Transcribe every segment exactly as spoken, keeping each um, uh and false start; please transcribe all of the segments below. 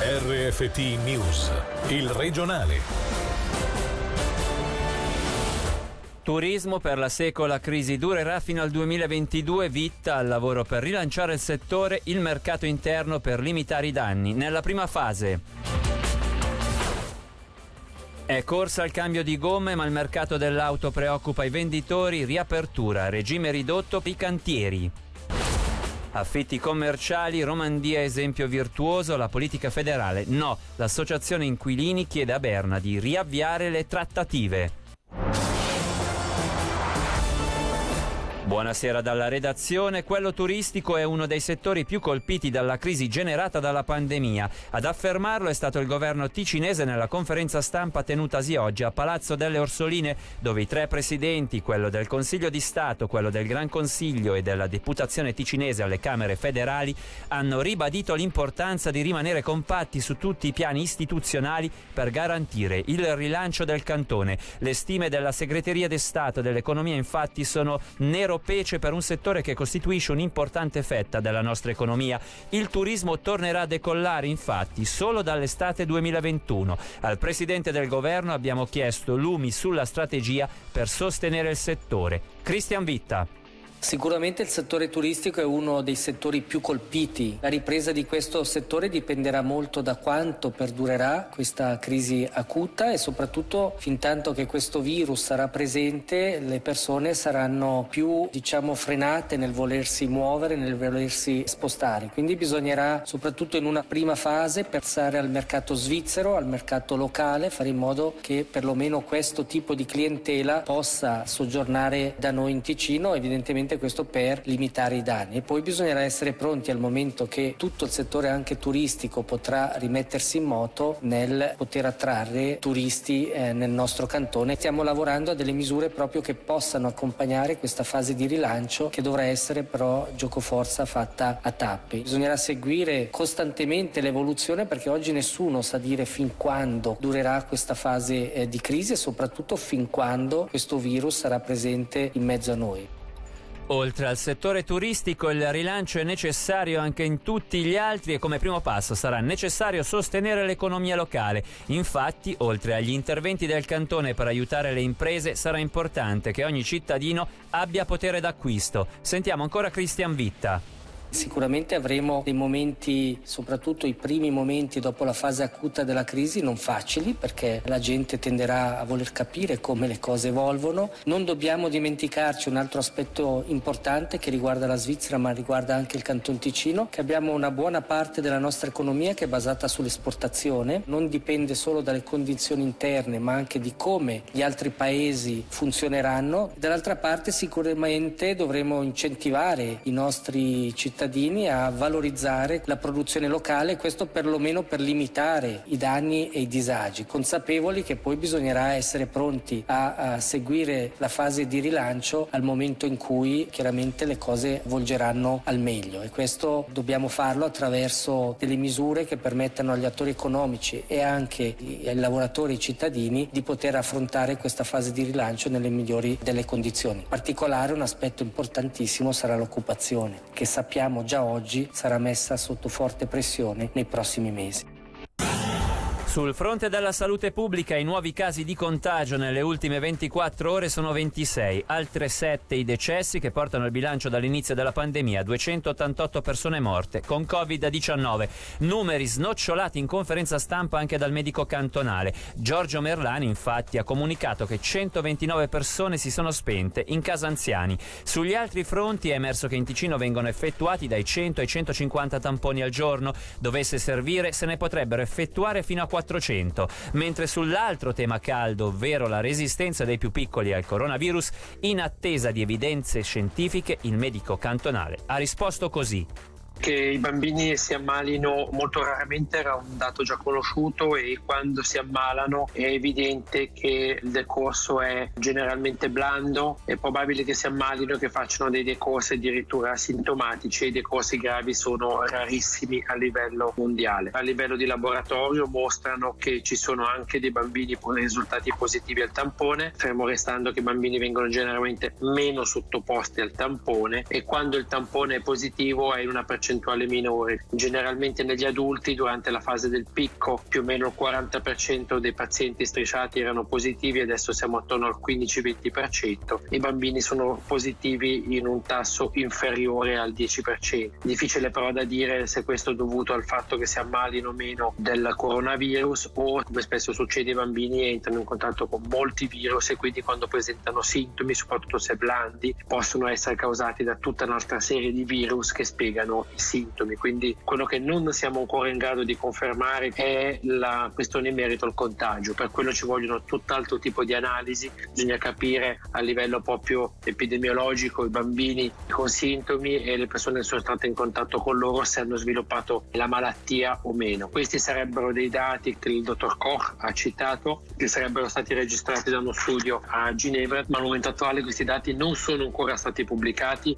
R F T News, il regionale. Turismo per la secola crisi durerà fino al duemilaventidue, Vitta al lavoro per rilanciare il settore, il mercato interno per limitare i danni. Nella prima fase è corsa al cambio di gomme, ma il mercato dell'auto preoccupa i venditori, riapertura, regime ridotto per i cantieri. Affitti commerciali, Romandia esempio virtuoso, la politica federale no, l'associazione inquilini chiede a Berna di riavviare le trattative. Buonasera dalla redazione. Quello turistico è uno dei settori più colpiti dalla crisi generata dalla pandemia. Ad affermarlo è stato il governo ticinese nella conferenza stampa tenutasi oggi a Palazzo delle Orsoline, dove i tre presidenti, quello del Consiglio di Stato, quello del Gran Consiglio e della Deputazione ticinese alle Camere federali, hanno ribadito l'importanza di rimanere compatti su tutti i piani istituzionali per garantire il rilancio del cantone. Le stime della Segreteria di Stato dell'Economia infatti sono nero pece per un settore che costituisce un'importante fetta della nostra economia. Il turismo tornerà a decollare infatti solo dall'estate duemilaventuno. Al Presidente del Governo abbiamo chiesto lumi sulla strategia per sostenere il settore. Cristian Vitta. Sicuramente il settore turistico è uno dei settori più colpiti. La ripresa di questo settore dipenderà molto da quanto perdurerà questa crisi acuta e soprattutto fin tanto che questo virus sarà presente le persone saranno più diciamo frenate nel volersi muovere, nel volersi spostare. Quindi bisognerà soprattutto in una prima fase pensare al mercato svizzero, al mercato locale, fare in modo che perlomeno questo tipo di clientela possa soggiornare da noi in Ticino, evidentemente questo per limitare i danni. E poi bisognerà essere pronti al momento che tutto il settore anche turistico potrà rimettersi in moto nel poter attrarre turisti eh, nel nostro cantone. Stiamo lavorando a delle misure proprio che possano accompagnare questa fase di rilancio che dovrà essere però giocoforza fatta a tappe. Bisognerà seguire costantemente l'evoluzione perché oggi nessuno sa dire fin quando durerà questa fase eh, di crisi e soprattutto fin quando questo virus sarà presente in mezzo a noi. Oltre al settore turistico, il rilancio è necessario anche in tutti gli altri e come primo passo sarà necessario sostenere l'economia locale. Infatti, oltre agli interventi del cantone per aiutare le imprese, sarà importante che ogni cittadino abbia potere d'acquisto. Sentiamo ancora Cristian Vitta. Sicuramente avremo dei momenti, soprattutto i primi momenti dopo la fase acuta della crisi, non facili perché la gente tenderà a voler capire come le cose evolvono. Non dobbiamo dimenticarci un altro aspetto importante che riguarda la Svizzera ma riguarda anche il Canton Ticino, che abbiamo una buona parte della nostra economia che è basata sull'esportazione, non dipende solo dalle condizioni interne ma anche di come gli altri paesi funzioneranno. Dall'altra parte sicuramente dovremo incentivare i nostri cittadini cittadini a valorizzare la produzione locale, questo perlomeno per limitare i danni e i disagi, consapevoli che poi bisognerà essere pronti a, a seguire la fase di rilancio al momento in cui chiaramente le cose volgeranno al meglio e questo dobbiamo farlo attraverso delle misure che permettano agli attori economici e anche ai lavoratori e ai cittadini di poter affrontare questa fase di rilancio nelle migliori delle condizioni. In particolare un aspetto importantissimo sarà l'occupazione, che sappiamo già oggi sarà messa sotto forte pressione nei prossimi mesi. Sul fronte della salute pubblica i nuovi casi di contagio nelle ultime ventiquattro ore sono ventisei, altre sette i decessi che portano il bilancio dall'inizio della pandemia, duecentottantotto persone morte con covid diciannove. Numeri snocciolati in conferenza stampa anche dal medico cantonale. Giorgio Merlani infatti ha comunicato che centoventinove persone si sono spente in casa anziani. Sugli altri fronti è emerso che in Ticino vengono effettuati dai cento ai centocinquanta tamponi al giorno. Dovesse servire se ne potrebbero effettuare fino a quattrocento, mentre sull'altro tema caldo, ovvero la resistenza dei più piccoli al coronavirus, in attesa di evidenze scientifiche, il medico cantonale ha risposto così. Che i bambini si ammalino molto raramente era un dato già conosciuto e quando si ammalano è evidente che il decorso è generalmente blando, è probabile che si ammalino e che facciano dei decorsi addirittura asintomatici e i decorsi gravi sono rarissimi a livello mondiale. A livello di laboratorio mostrano che ci sono anche dei bambini con risultati positivi al tampone, fermo restando che i bambini vengono generalmente meno sottoposti al tampone e quando il tampone è positivo è in una percentuale percentuale minore. Generalmente negli adulti durante la fase del picco più o meno il quaranta per cento dei pazienti strisciati erano positivi, adesso siamo attorno al quindici venti per cento. I bambini sono positivi in un tasso inferiore al dieci per cento. Difficile però da dire se questo è dovuto al fatto che si ammalino meno del coronavirus o, come spesso succede, i bambini entrano in contatto con molti virus e quindi quando presentano sintomi, soprattutto se blandi, possono essere causati da tutta un'altra serie di virus che spiegano i sintomi. Quindi quello che non siamo ancora in grado di confermare è la questione in merito al contagio. Per quello ci vogliono tutt'altro tipo di analisi, bisogna capire a livello proprio epidemiologico i bambini con sintomi e le persone che sono state in contatto con loro se hanno sviluppato la malattia o meno. Questi sarebbero dei dati che il dottor Koch ha citato, che sarebbero stati registrati da uno studio a Ginevra, ma al momento attuale questi dati non sono ancora stati pubblicati.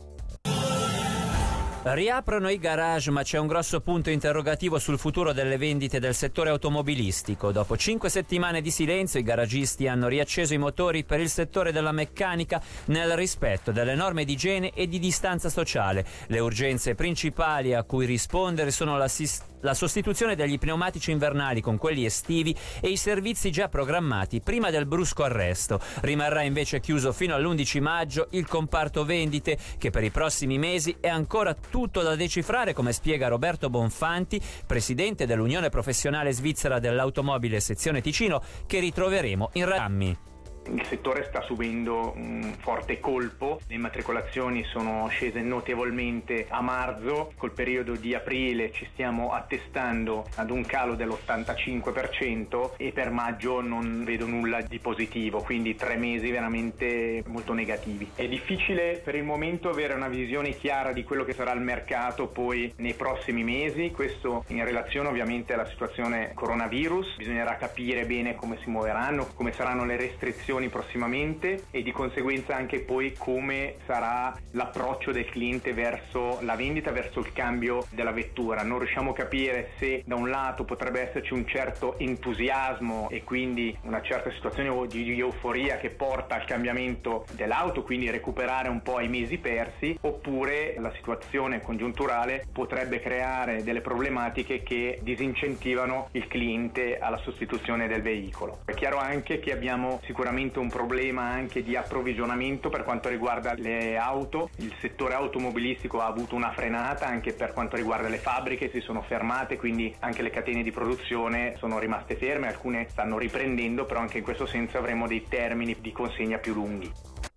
Riaprono i garage, ma c'è un grosso punto interrogativo sul futuro delle vendite del settore automobilistico. Dopo cinque settimane di silenzio, i garagisti hanno riacceso i motori per il settore della meccanica nel rispetto delle norme di igiene e di distanza sociale. Le urgenze principali a cui rispondere sono l'assist- la sostituzione degli pneumatici invernali con quelli estivi e i servizi già programmati prima del brusco arresto. Rimarrà invece chiuso fino all'undici maggio il comparto vendite, che per i prossimi mesi è ancora tutto da decifrare, come spiega Roberto Bonfanti, presidente dell'Unione Professionale Svizzera dell'Automobile sezione Ticino, che ritroveremo in Rammi. Il settore sta subendo un forte colpo, le immatricolazioni sono scese notevolmente a marzo, col periodo di aprile ci stiamo attestando ad un calo dell'ottantacinque per cento e per maggio non vedo nulla di positivo, quindi tre mesi veramente molto negativi. È difficile per il momento avere una visione chiara di quello che sarà il mercato poi nei prossimi mesi, questo in relazione ovviamente alla situazione coronavirus. Bisognerà capire bene come si muoveranno, come saranno le restrizioni prossimamente e di conseguenza anche poi come sarà l'approccio del cliente verso la vendita, verso il cambio della vettura. Non riusciamo a capire se da un lato potrebbe esserci un certo entusiasmo e quindi una certa situazione di euforia che porta al cambiamento dell'auto, quindi recuperare un po' i mesi persi, oppure la situazione congiunturale potrebbe creare delle problematiche che disincentivano il cliente alla sostituzione del veicolo. È chiaro anche che abbiamo sicuramente un problema anche di approvvigionamento per quanto riguarda le auto. Il settore automobilistico ha avuto una frenata anche per quanto riguarda le fabbriche, si sono fermate, quindi anche le catene di produzione sono rimaste ferme, alcune stanno riprendendo, però anche in questo senso avremo dei termini di consegna più lunghi.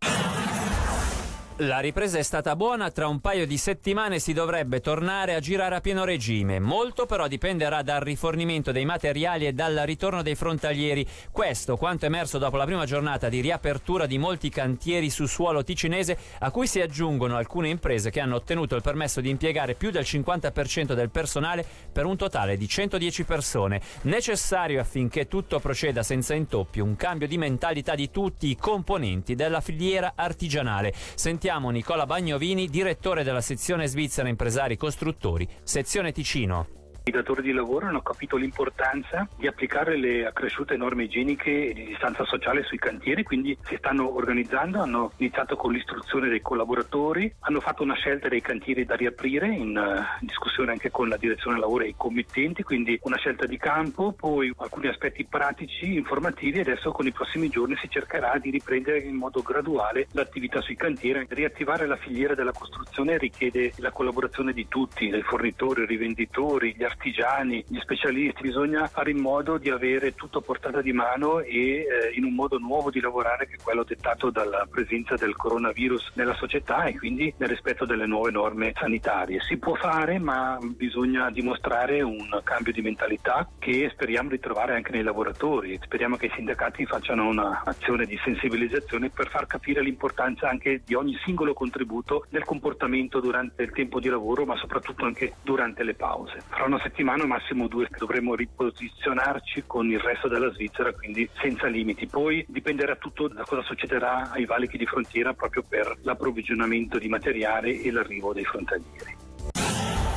La ripresa è stata buona, tra un paio di settimane si dovrebbe tornare a girare a pieno regime. Molto però dipenderà dal rifornimento dei materiali e dal ritorno dei frontalieri. Questo quanto emerso dopo la prima giornata di riapertura di molti cantieri su suolo ticinese, a cui si aggiungono alcune imprese che hanno ottenuto il permesso di impiegare più del cinquanta per cento del personale per un totale di centodieci persone. Necessario affinché tutto proceda senza intoppi un cambio di mentalità di tutti i componenti della filiera artigianale. Sentiamo Nicola Bagnovini, direttore della sezione svizzera impresari costruttori, sezione Ticino. I datori di lavoro hanno capito l'importanza di applicare le accresciute norme igieniche e di distanza sociale sui cantieri, quindi si stanno organizzando, hanno iniziato con l'istruzione dei collaboratori, hanno fatto una scelta dei cantieri da riaprire in uh, discussione anche con la direzione lavoro e i committenti, quindi una scelta di campo, poi alcuni aspetti pratici, informativi, e adesso con i prossimi giorni si cercherà di riprendere in modo graduale l'attività sui cantieri. Riattivare la filiera della costruzione richiede la collaborazione di tutti, dai fornitori, i rivenditori, gli artigiani, gli specialisti. Bisogna fare in modo di avere tutto a portata di mano e eh, in un modo nuovo di lavorare, che è quello dettato dalla presenza del coronavirus nella società e quindi nel rispetto delle nuove norme sanitarie. Si può fare, ma bisogna dimostrare un cambio di mentalità che speriamo di trovare anche nei lavoratori. Speriamo che i sindacati facciano un'azione di sensibilizzazione per far capire l'importanza anche di ogni singolo contributo nel comportamento durante il tempo di lavoro, ma soprattutto anche durante le pause. Fra una settimana, massimo due, dovremo riposizionarci con il resto della Svizzera, quindi senza limiti. Poi dipenderà tutto da cosa succederà ai valichi di frontiera proprio per l'approvvigionamento di materiale e l'arrivo dei frontalieri.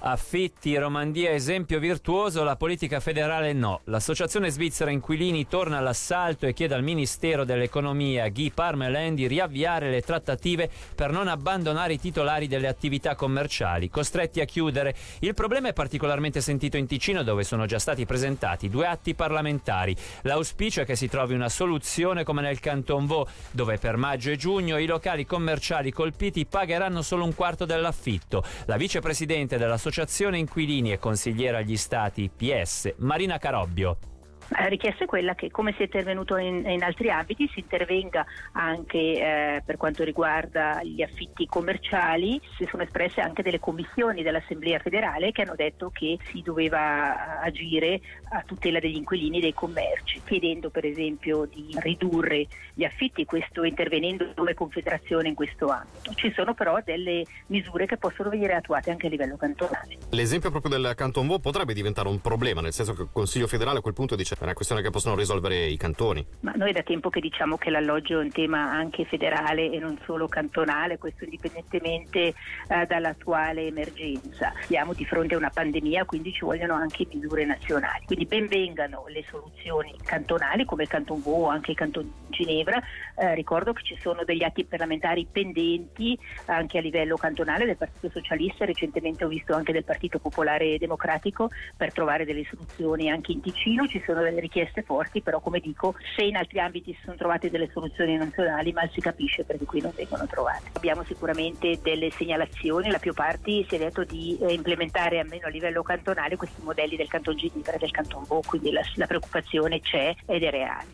Affitti, Romandia esempio virtuoso, la politica federale no. L'associazione svizzera inquilini torna all'assalto e chiede al Ministero dell'Economia Guy Parmelin di riavviare le trattative per non abbandonare i titolari delle attività commerciali costretti a chiudere. Il problema è particolarmente sentito in Ticino, dove sono già stati presentati due atti parlamentari. L'auspicio è che si trovi una soluzione come nel Canton Vaud, dove per maggio e giugno i locali commerciali colpiti pagheranno solo un quarto dell'affitto. La vicepresidente dell'associazione Associazione Inquilini e consigliera agli Stati P S, Marina Carobbio. La richiesta è quella che, come si è intervenuto in, in altri ambiti, si intervenga anche eh, per quanto riguarda gli affitti commerciali. Si sono espresse anche delle commissioni dell'Assemblea federale che hanno detto che si doveva agire a tutela degli inquilini dei commerci, chiedendo per esempio di ridurre gli affitti, questo intervenendo come confederazione in questo ambito. Ci sono però delle misure che possono venire attuate anche a livello cantonale. L'esempio proprio del Canton Vaud potrebbe diventare un problema, nel senso che il Consiglio federale a quel punto dice è una questione che possono risolvere i cantoni. Ma noi da tempo che diciamo che l'alloggio è un tema anche federale e non solo cantonale, questo indipendentemente eh, dall'attuale emergenza. Siamo di fronte a una pandemia, quindi ci vogliono anche misure nazionali. Quindi ben vengano le soluzioni cantonali come il Canton Vaud o anche il Canton di Ginevra. Eh, ricordo che ci sono degli atti parlamentari pendenti anche a livello cantonale del Partito Socialista, recentemente ho visto anche del Partito Popolare Democratico, per trovare delle soluzioni anche in Ticino. Ci sono delle richieste forti, però come dico, se in altri ambiti si sono trovate delle soluzioni nazionali, mal si capisce perché qui non vengono trovate. Abbiamo sicuramente delle segnalazioni, la più parti si è detto di eh, implementare almeno a livello cantonale questi modelli del Canton Ginevra e del Canton Vaud, quindi la, la preoccupazione c'è ed è reale.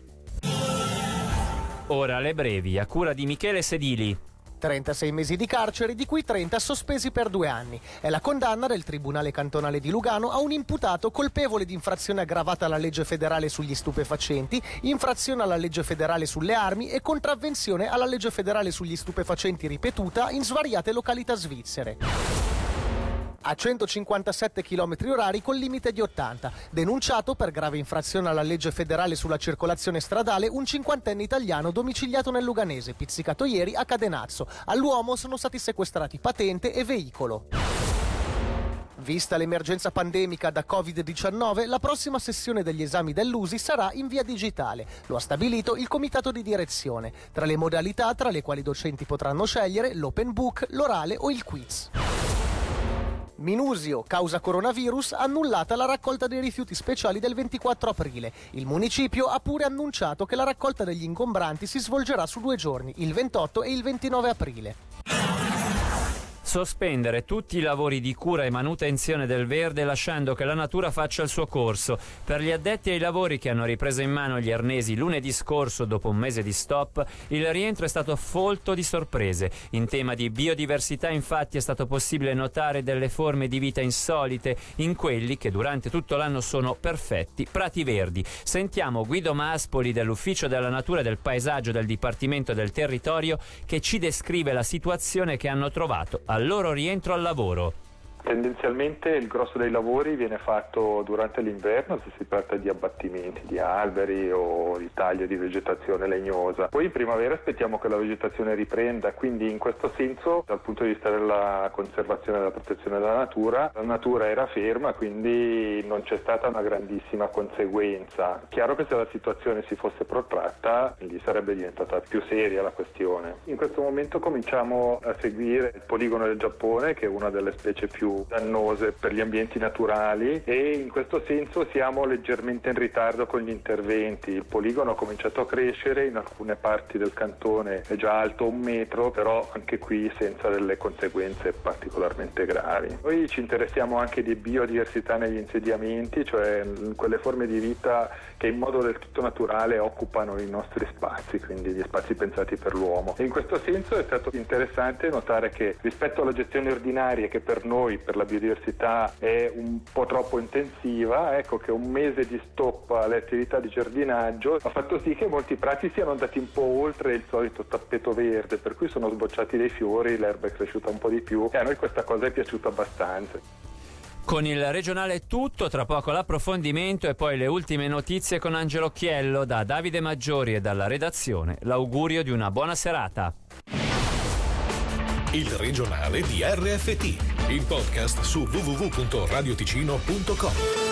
Ora le brevi, a cura di Michele Sedili. trentasei mesi di carcere, di cui trenta sospesi per due anni. È la condanna del Tribunale Cantonale di Lugano a un imputato colpevole di infrazione aggravata alla legge federale sugli stupefacenti, infrazione alla legge federale sulle armi e contravvenzione alla legge federale sugli stupefacenti ripetuta in svariate località svizzere. A centocinquantasette chilometri orari col limite di ottanta. Denunciato per grave infrazione alla legge federale sulla circolazione stradale un cinquantenne italiano domiciliato nel Luganese, pizzicato ieri a Cadenazzo. All'uomo sono stati sequestrati patente e veicolo. Vista l'emergenza pandemica da covid diciannove, la prossima sessione degli esami dell'U S I sarà in via digitale. Lo ha stabilito il comitato di direzione. Tra le modalità tra le quali i docenti potranno scegliere l'open book, l'orale o il quiz. Minusio, causa coronavirus, annullata la raccolta dei rifiuti speciali del ventiquattro aprile. Il municipio ha pure annunciato che la raccolta degli ingombranti si svolgerà su due giorni, il ventotto e il ventinove aprile. Sospendere tutti i lavori di cura e manutenzione del verde lasciando che la natura faccia il suo corso. Per gli addetti ai lavori che hanno ripreso in mano gli arnesi lunedì scorso dopo un mese di stop, il rientro è stato folto di sorprese. In tema di biodiversità infatti è stato possibile notare delle forme di vita insolite in quelli che durante tutto l'anno sono perfetti prati verdi. Sentiamo Guido Maspoli dell'Ufficio della Natura e del Paesaggio del Dipartimento del Territorio che ci descrive la situazione che hanno trovato al loro rientro al lavoro. Tendenzialmente il grosso dei lavori viene fatto durante l'inverno se si tratta di abbattimenti di alberi o di taglio di vegetazione legnosa. Poi in primavera aspettiamo che la vegetazione riprenda, quindi in questo senso dal punto di vista della conservazione e della protezione della natura, la natura era ferma, quindi non c'è stata una grandissima conseguenza. Chiaro che se la situazione si fosse protratta gli sarebbe diventata più seria la questione. In questo momento cominciamo a seguire il poligono del Giappone, che è una delle specie più dannose per gli ambienti naturali, e in questo senso siamo leggermente in ritardo con gli interventi. Il poligono ha cominciato a crescere, in alcune parti del cantone è già alto un metro, però anche qui senza delle conseguenze particolarmente gravi. Noi ci interessiamo anche di biodiversità negli insediamenti, cioè quelle forme di vita che in modo del tutto naturale occupano i nostri spazi, quindi gli spazi pensati per l'uomo. E in questo senso è stato interessante notare che rispetto alla gestione ordinaria, che per noi, per la biodiversità, è un po' troppo intensiva, ecco che un mese di stop alle attività di giardinaggio ha fatto sì che molti prati siano andati un po' oltre il solito tappeto verde, per cui sono sbocciati dei fiori, l'erba è cresciuta un po' di più e a noi questa cosa è piaciuta abbastanza. Con il regionale è tutto, tra poco l'approfondimento e poi le ultime notizie con Angelo Chiello. Da Davide Maggiori e dalla redazione l'augurio di una buona serata. Il regionale di R F T. Il podcast su w w w punto radioticino punto com.